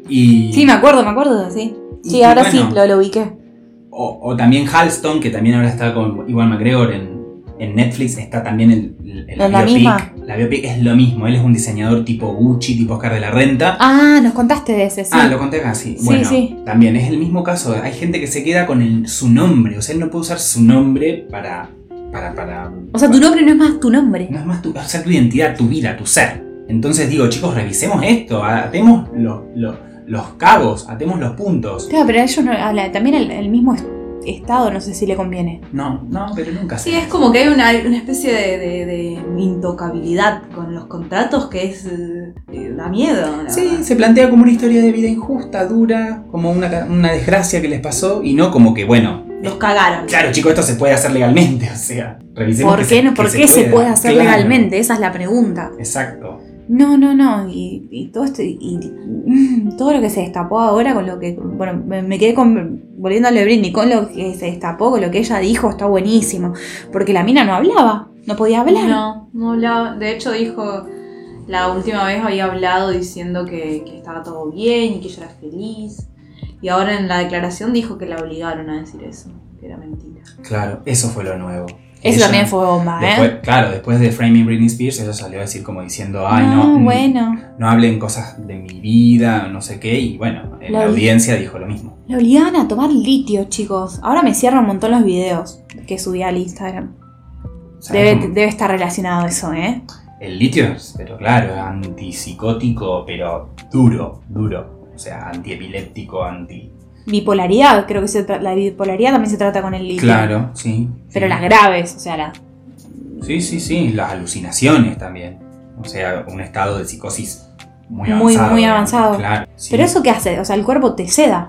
S2: Y,
S1: Sí, me acuerdo, me acuerdo, sí. Sí,
S2: Y,
S1: ahora
S2: bueno.
S1: sí, lo, lo ubiqué.
S2: o, o también Halston, que también ahora está con Iwan McGregor en, en Netflix, está también el, el, el-
S1: ¿Es la
S2: biopic.
S1: misma?
S2: La biopic es lo mismo, él es un diseñador tipo Gucci, tipo Oscar de la Renta.
S1: Ah, nos contaste de ese, sí.
S2: Ah, lo conté acá, sí.
S1: Sí,
S2: Bueno,
S1: sí.
S2: también es el mismo caso. Hay gente que se queda con el, su nombre. O sea, él no puede usar su nombre para... para, para
S1: O sea, tu nombre no es más tu nombre.
S2: No es más tu, o sea, tu identidad, tu vida, tu ser. Entonces digo, chicos, revisemos esto. Atemos los, los, los cabos, atemos los puntos.
S1: Claro, pero a ellos no, a la- también el, el mismo est- Estado no sé si le conviene.
S2: No, no, pero nunca sé.
S3: Sí, es como que hay una, una especie de, de, de intocabilidad con los contratos que es eh, da miedo. La
S2: Sí,
S3: verdad.
S2: se plantea como una historia de vida injusta, dura, como una, una desgracia que les pasó y no como que, bueno,
S3: Los cagaron.
S2: claro, chicos, esto se puede hacer legalmente, o sea, revisemos
S1: ¿Por
S2: que
S1: qué,
S2: se-
S1: no,
S2: que
S1: ¿por qué se
S2: pueda.
S1: puede hacer
S2: Claro,
S1: legalmente? Esa es la pregunta.
S2: Exacto.
S1: No, no, no. Y, y todo esto. Y, y, mm, todo lo que se destapó ahora con lo que. Bueno, me, me quedé con. Volviendo a lo de Britney, con lo que se destapó, con lo que ella dijo, está buenísimo. Porque la mina no hablaba. No podía hablar.
S3: No, no hablaba. De hecho, dijo. La última vez había hablado diciendo que, que estaba todo bien y que ella era feliz. Y ahora en la declaración dijo que la obligaron a decir eso. Que era mentira.
S2: Claro, eso fue lo nuevo.
S1: Eso
S2: Ella-
S1: también fue bomba,
S2: Después,
S1: ¿eh?
S2: claro, después de Framing Britney Spears, ella salió a decir como diciendo, ay,
S1: no,
S2: no, mm,
S1: bueno.
S2: no hablen cosas de mi vida, no sé qué, y bueno, en
S1: La
S2: la
S1: vi-
S2: audiencia dijo lo mismo.
S1: La obligaban a tomar litio, chicos. Ahora me cierran un montón los videos que subí al Instagram.
S2: O sea,
S1: Debe,
S2: como-
S1: debe estar relacionado eso, ¿eh?
S2: El litio es, pero claro, antipsicótico, pero duro, duro. O sea, antiepiléptico, anti...
S1: Bipolaridad, creo que se tra- la bipolaridad también se trata con el litio.
S2: Claro, sí.
S1: Pero
S2: sí.
S1: las graves, o sea, las...
S2: Sí, sí, sí, las alucinaciones también. O sea, un estado de psicosis muy
S1: Muy,
S2: avanzado.
S1: muy avanzado.
S2: Claro. sí.
S1: Pero eso qué hace, o sea, el cuerpo te seda.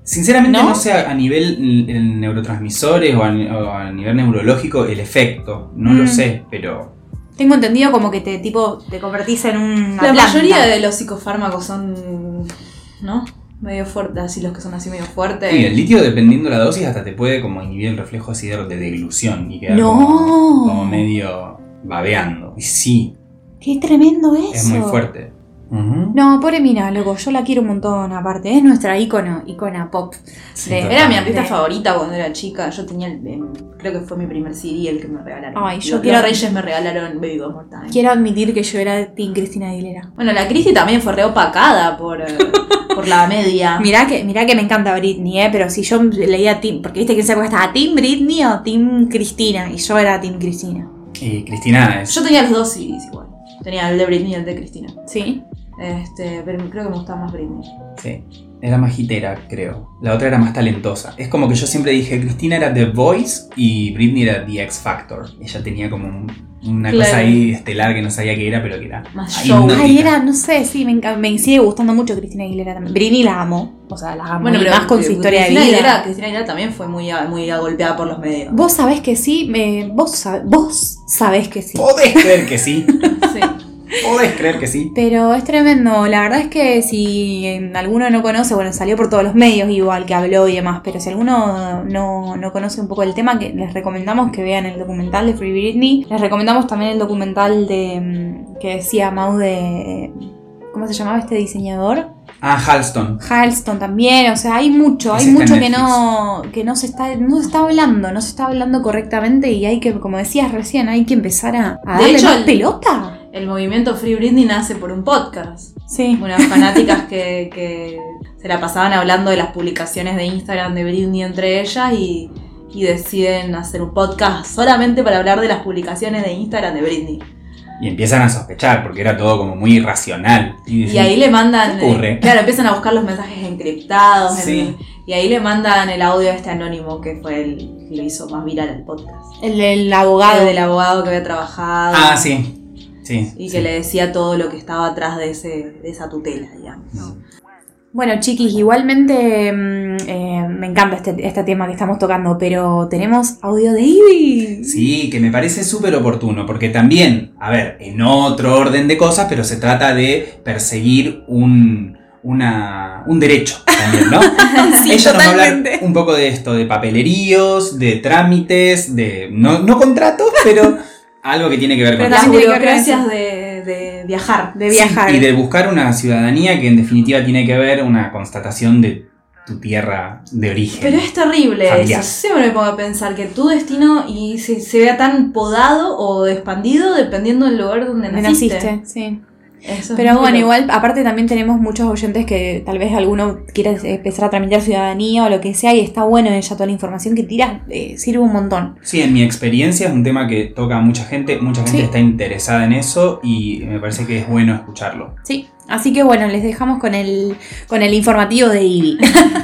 S2: Sinceramente no,
S1: ¿No?
S2: sé a nivel eh, neurotransmisores o a, o a nivel neurológico el efecto, no
S1: Mm.
S2: lo sé, pero...
S1: Tengo entendido como que te tipo te convertís en una
S3: La
S1: planta.
S3: mayoría de los psicofármacos son, ¿no? Medio fuertes, así los que son así medio fuertes.
S2: Sí, el litio, dependiendo la dosis, hasta te puede como inhibir el reflejo así de, de deglución y quedar
S1: No.
S2: como, como medio babeando. Y sí,
S1: Qué tremendo eso.
S2: es muy fuerte. Ujú.
S1: No, pobre Mina, loco, yo la quiero un montón aparte. Es nuestra ícono, ícona pop.
S2: Sí,
S1: de-
S2: total.
S3: Era mi artista
S1: de-
S3: favorita cuando era chica. Yo tenía, el, el- creo que fue mi primer C D el que me regalaron.
S1: Ay, yo
S3: los,
S1: quiero-
S3: los Reyes me regalaron Baby One More Time.
S1: Quiero admitir que yo era Team Cristina Aguilera.
S3: Bueno, la Cristi también fue re opacada por, eh, por la media.
S1: Mirá que, mirá que me encanta Britney, eh, pero si yo leía Team, porque viste que en esa época estaba Team Britney o Team Cristina, y yo era Team Cristina.
S2: Y Cristina es...
S3: Yo tenía los dos C Ds igual. Tenía el de Britney y el de Cristina.
S1: ¿Sí?
S3: Este, pero creo que me gustaba más Britney.
S2: Sí, era más hitera, creo. La otra era más talentosa. Es como que yo siempre dije, Cristina era The Voice y Britney era The X Factor. Ella tenía como un- una
S3: Claro.
S2: cosa ahí estelar que no sabía qué era, pero que era
S3: Más
S2: ahí
S3: show.
S2: hipnótica.
S1: Ay, era, no sé, sí, me, enca- me sigue gustando mucho Cristina Aguilera también. Britney la amo, o sea, la amo.
S3: Bueno,
S1: y
S3: pero
S1: más con su
S3: eh,
S1: historia de
S3: Cristina
S1: vida.
S3: Aguilera, Cristina Aguilera también fue muy, muy golpeada por los medios.
S1: Vos sabés que sí, me, vos, sab- vos sabés que sí.
S2: Podés creer que sí.
S3: Sí.
S2: Podés creer que sí.
S1: Pero es tremendo, la verdad es que si eh, alguno no conoce, bueno, salió por todos los medios igual que habló y demás, pero si alguno no, no conoce un poco el tema, que les recomendamos que vean el documental de Free Britney, les recomendamos también el documental de mm, que decía Mau de... ¿Cómo se llamaba este diseñador?
S2: Ah, Halston.
S1: Halston también, o sea, hay mucho, hay
S2: Ese está
S1: mucho
S2: en
S1: que
S2: Netflix.
S1: no, que no se está, no se está hablando, no se está hablando correctamente y hay que, como decías recién, hay que empezar a, a
S3: De
S1: darle
S3: hecho,
S1: más
S3: el-
S1: pelota.
S3: El movimiento Free Britney nace por un podcast.
S1: Sí.
S3: Unas fanáticas que, que se la pasaban hablando de las publicaciones de Instagram de Britney entre ellas y, y deciden hacer un podcast solamente para hablar de las publicaciones de Instagram de Britney.
S2: Y empiezan a sospechar porque era todo como muy irracional. Y,
S3: Y ahí le mandan,
S2: ¿qué ocurre?
S3: eh, claro, empiezan a buscar los mensajes encriptados en-
S2: Sí.
S3: y ahí le mandan el audio a este anónimo que fue el que lo hizo más viral al podcast.
S1: El, el abogado.
S3: El del abogado que había trabajado.
S2: Ah, sí. Sí.
S3: Y
S2: sí.
S3: que le decía todo lo que estaba atrás de, ese, de esa tutela, digamos.
S1: Bueno, chiquis, igualmente mm, eh, me encanta este, este tema que estamos tocando, pero tenemos audio de Ivy.
S2: Sí, que me parece súper oportuno, porque también, a ver, en otro orden de cosas, pero se trata de perseguir un, una, un derecho también, ¿no?
S1: Sí,
S2: Ella nos va a hablar
S1: totalmente.
S2: un poco de esto, de papeleríos, de trámites, de no, no contratos, pero algo que tiene que ver con
S1: Pero
S3: Las
S2: eso.
S1: también tiene que ver con
S3: burocracias
S1: eso.
S3: de, de viajar.
S1: De viajar.
S2: Sí, y de buscar una ciudadanía que en definitiva tiene que ver una constatación de tu tierra de origen.
S3: Pero es terrible
S2: Familiar.
S3: eso. Siempre me pongo a pensar que tu destino y se, se vea tan podado o expandido dependiendo del lugar donde
S1: Me
S3: naciste.
S1: naciste, sí.
S3: Eso es
S1: Pero
S3: muy
S1: bueno,
S3: loco.
S1: igual, aparte también tenemos muchos oyentes que tal vez alguno quiera empezar a tramitar ciudadanía o lo que sea, y está bueno ella toda la información que tira, eh, sirve un montón.
S2: Sí, en mi experiencia es un tema que toca a mucha gente, mucha gente
S1: Sí.
S2: está interesada en eso y me parece que es bueno escucharlo.
S1: Sí. Así que bueno, les dejamos con el, con el informativo de Ivy.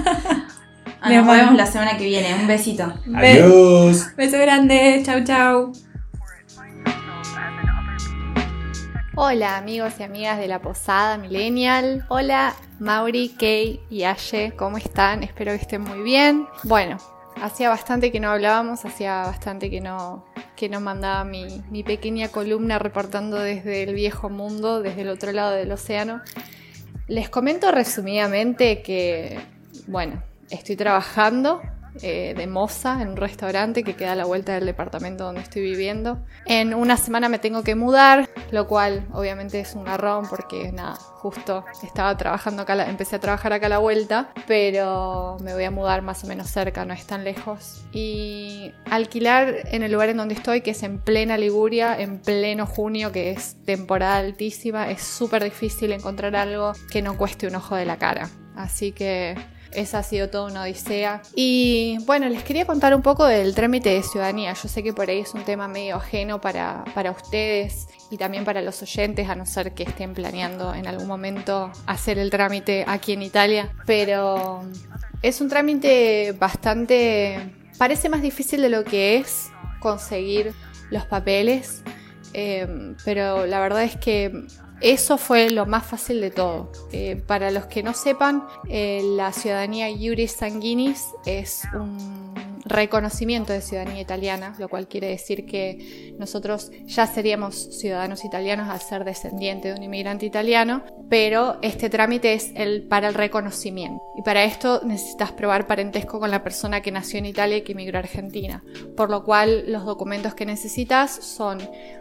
S3: Ah,
S1: Me
S3: nos
S1: voy.
S3: vemos la semana que viene. Un besito.
S2: Adiós.
S1: Beso grande, chau chau.
S4: Hola amigos y amigas de la Posada Millennial. Hola Mauri, Kay y Aye, ¿cómo están? Espero que estén muy bien. Bueno, hacía bastante que no hablábamos, hacía bastante que no, que no mandaba mi, mi pequeña columna reportando desde el viejo mundo, desde el otro lado del océano. Les comento resumidamente que, bueno, estoy trabajando eh, de moza en un restaurante que queda a la vuelta del departamento donde estoy viviendo. En una semana me tengo que mudar, lo cual obviamente es un garrón porque nada, justo estaba trabajando acá, la- empecé a trabajar acá a la vuelta, pero me voy a mudar más o menos cerca, no es tan lejos. Y alquilar en el lugar en donde estoy, que es en plena Liguria, en pleno junio, que es temporada altísima, es súper difícil encontrar algo que no cueste un ojo de la cara. Así que esa ha sido toda una odisea. Y bueno, les quería contar un poco del trámite de ciudadanía. Yo sé que por ahí es un tema medio ajeno para, para ustedes y también para los oyentes, a no ser que estén planeando en algún momento hacer el trámite aquí en Italia. Pero es un trámite bastante... parece más difícil de lo que es conseguir los papeles. Eh, pero la verdad es que Eso fue lo más fácil de todo. Eh, para los que no sepan, eh, la ciudadanía Iuris Sanguinis es un reconocimiento de ciudadanía italiana, lo cual quiere decir que nosotros ya seríamos ciudadanos italianos al ser descendiente de un inmigrante italiano, pero este trámite es el para el reconocimiento. Y para esto necesitas probar parentesco con la persona que nació en Italia y que emigró a Argentina, por lo cual los documentos que necesitas son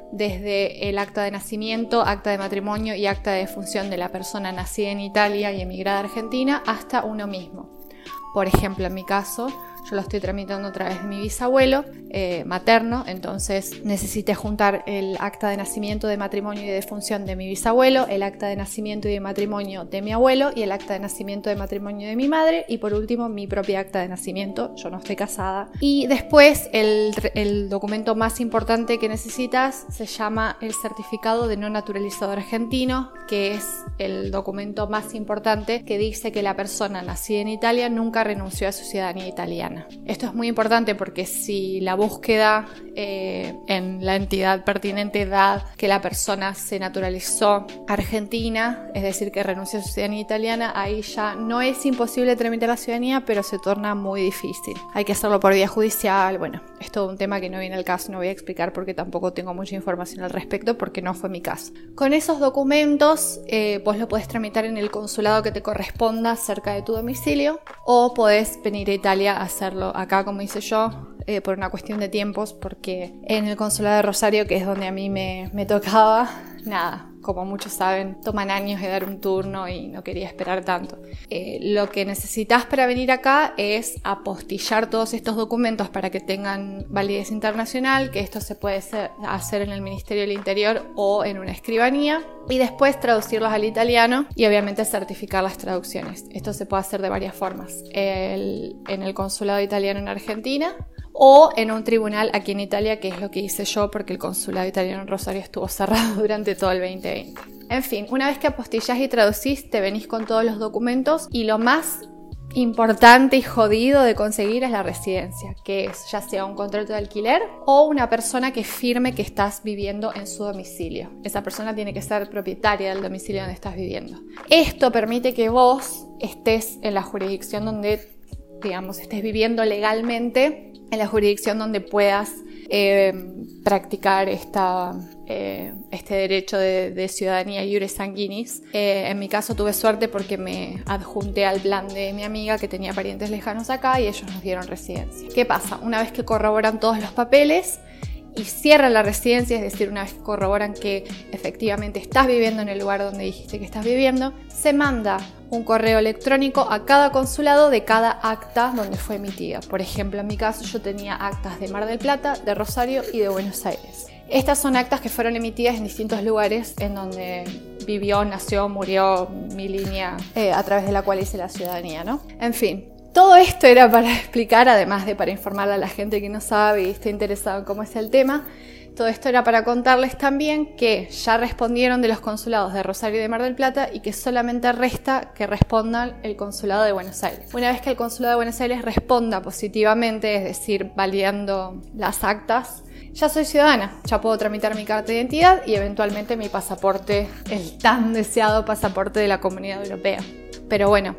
S4: desde el acta de nacimiento, acta de matrimonio y acta de defunción de la persona nacida en Italia y emigrada a Argentina hasta uno mismo. Por ejemplo, en mi caso, yo lo estoy tramitando a través de mi bisabuelo eh, materno, entonces necesité juntar el acta de nacimiento, de matrimonio y de defunción de mi bisabuelo, el acta de nacimiento y de matrimonio de mi abuelo y el acta de nacimiento de matrimonio de mi madre y por último mi propia acta de nacimiento, yo no estoy casada. Y después el, el documento más importante que necesitas se llama el certificado de no naturalizado argentino, que es el documento más importante que dice que la persona nacida en Italia nunca renunció a su ciudadanía italiana. Esto es muy importante porque si la búsqueda eh, en la entidad pertinente da que la persona se naturalizó argentina, es decir, que renunció a su ciudadanía italiana, ahí ya no es imposible tramitar la ciudadanía, pero se torna muy difícil. Hay que hacerlo por vía judicial. Bueno, es todo un tema que no viene al caso, no voy a explicar porque tampoco tengo mucha información al respecto porque no fue mi caso. Con esos documentos eh, vos lo podés tramitar en el consulado que te corresponda cerca de tu domicilio o podés venir a Italia a hacerlo acá, como hice yo, eh, por una cuestión de tiempos, porque en el consulado de Rosario, que es donde a mí me, me tocaba, nada, como muchos saben, toman años de dar un turno y no quería esperar tanto. Eh, lo que necesitas para venir acá es apostillar todos estos documentos para que tengan validez internacional, que esto se puede hacer en el Ministerio del Interior o en una escribanía, y después traducirlos al italiano y obviamente certificar las traducciones. Esto se puede hacer de varias formas. El, en el consulado italiano en Argentina o en un tribunal aquí en Italia, que es lo que hice yo porque el consulado italiano en Rosario estuvo cerrado durante todo el veinte veinte. En fin, una vez que apostillás y traducís, te venís con todos los documentos y lo más importante y jodido de conseguir es la residencia, que es ya sea un contrato de alquiler o una persona que firme que estás viviendo en su domicilio. Esa persona tiene que ser propietaria del domicilio donde estás viviendo. Esto permite que vos estés en la jurisdicción donde, digamos, estés viviendo legalmente, en la jurisdicción donde puedas eh, practicar esta, eh, este derecho de, de ciudadanía Iuris Sanguinis. Eh, en mi caso tuve suerte porque me adjunté al plan de mi amiga que tenía parientes lejanos acá y ellos nos dieron residencia. ¿Qué pasa? Una vez que corroboran todos los papeles y cierran la residencia, es decir, una vez que corroboran que efectivamente estás viviendo en el lugar donde dijiste que estás viviendo, se manda un correo electrónico a cada consulado de cada acta donde fue emitida. Por ejemplo, en mi caso yo tenía actas de Mar del Plata, de Rosario y de Buenos Aires. Estas son actas que fueron emitidas en distintos lugares en donde vivió, nació, murió mi línea eh, a través de la cual hice la ciudadanía, ¿no? En fin. Todo esto era para explicar, además de para informarle a la gente que no sabe y esté interesado en cómo es el tema, todo esto era para contarles también que ya respondieron de los consulados de Rosario y de Mar del Plata y que solamente resta que respondan el consulado de Buenos Aires. Una vez que el consulado de Buenos Aires responda positivamente, es decir, validando las actas, ya soy ciudadana, ya puedo tramitar mi carta de identidad y eventualmente mi pasaporte, el tan deseado pasaporte de la Comunidad Europea. Pero bueno,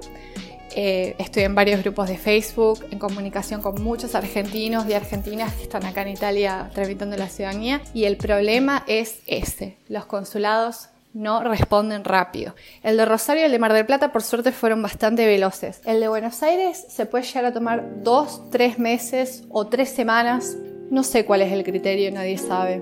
S4: Eh, estoy en varios grupos de Facebook, en comunicación con muchos argentinos y argentinas que están acá en Italia tramitando la ciudadanía y el problema es ese, los consulados no responden rápido. El de Rosario y el de Mar del Plata por suerte fueron bastante veloces. El de Buenos Aires se puede llegar a tomar dos, tres meses o tres semanas, no sé cuál es el criterio, nadie sabe.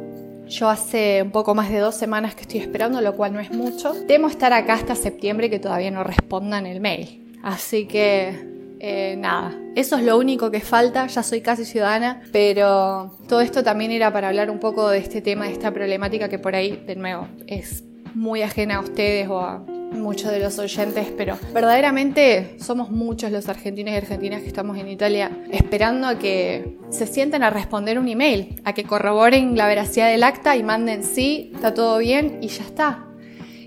S4: Yo hace un poco más de dos semanas que estoy esperando, lo cual no es mucho. Temo estar acá hasta septiembre que todavía no respondan el mail. Así que, eh, nada, eso es lo único que falta, ya soy casi ciudadana, pero todo esto también era para hablar un poco de este tema, de esta problemática que por ahí, de nuevo, es muy ajena a ustedes o a muchos de los oyentes, pero verdaderamente somos muchos los argentinos y argentinas que estamos en Italia esperando a que se sienten a responder un email, a que corroboren la veracidad del acta y manden sí, está todo bien y ya está.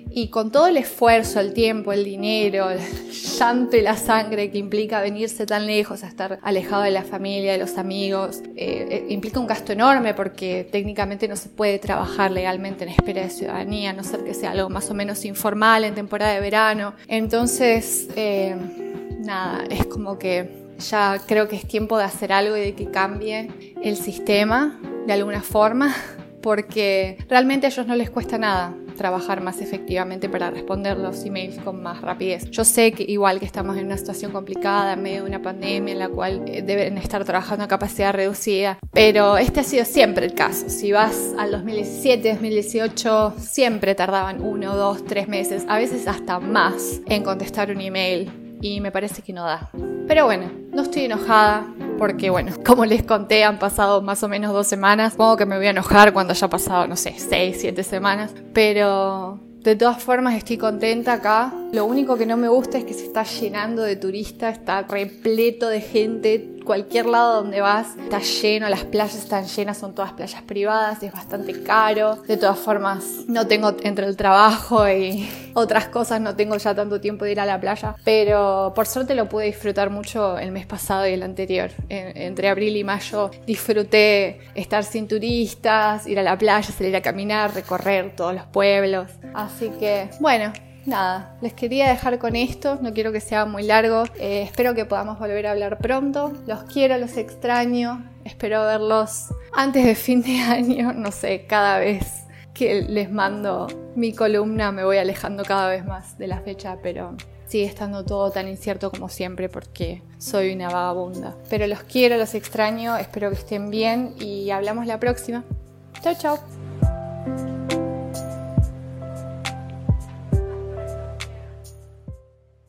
S4: Y con todo el esfuerzo, el tiempo, el dinero, el llanto y la sangre que implica venirse tan lejos, a estar alejado de la familia, de los amigos, eh, eh, implica un gasto enorme porque técnicamente no se puede trabajar legalmente en espera de ciudadanía, a no ser que sea algo más o menos informal en temporada de verano. Entonces, eh, nada, es como que ya creo que es tiempo de hacer algo y de que cambie el sistema de alguna forma, porque realmente a ellos no les cuesta nada trabajar más efectivamente para responder los emails con más rapidez. Yo sé que igual que estamos en una situación complicada en medio de una pandemia en la cual eh, deben estar trabajando a capacidad reducida, pero este ha sido siempre el caso. Si vas al dos mil diecisiete, dos mil dieciocho, siempre tardaban uno, dos, tres meses, a veces hasta más en contestar un email, y me parece que no da. Pero bueno, no estoy enojada porque, bueno, como les conté, han pasado más o menos dos semanas. Supongo que me voy a enojar cuando haya pasado, no sé, seis, siete semanas. Pero de todas formas estoy contenta acá. Lo único que no me gusta es que se está llenando de turistas, está repleto de gente. Cualquier lado donde vas está lleno, las playas están llenas, son todas playas privadas, es bastante caro. De todas formas, no tengo, entre el trabajo y otras cosas, no tengo ya tanto tiempo de ir a la playa, pero por suerte lo pude disfrutar mucho el mes pasado y el anterior. En, entre abril y mayo disfruté estar sin turistas, ir a la playa, salir a caminar, recorrer todos los pueblos. Así que, bueno, nada, les quería dejar con esto, no quiero que sea muy largo, eh, espero que podamos volver a hablar pronto, los quiero, los extraño, espero verlos antes de fin de año, no sé, cada vez que les mando mi columna me voy alejando cada vez más de la fecha, pero sigue estando todo tan incierto como siempre porque soy una vagabunda. Pero los quiero, los extraño, espero que estén bien y hablamos la próxima. Chau, chau.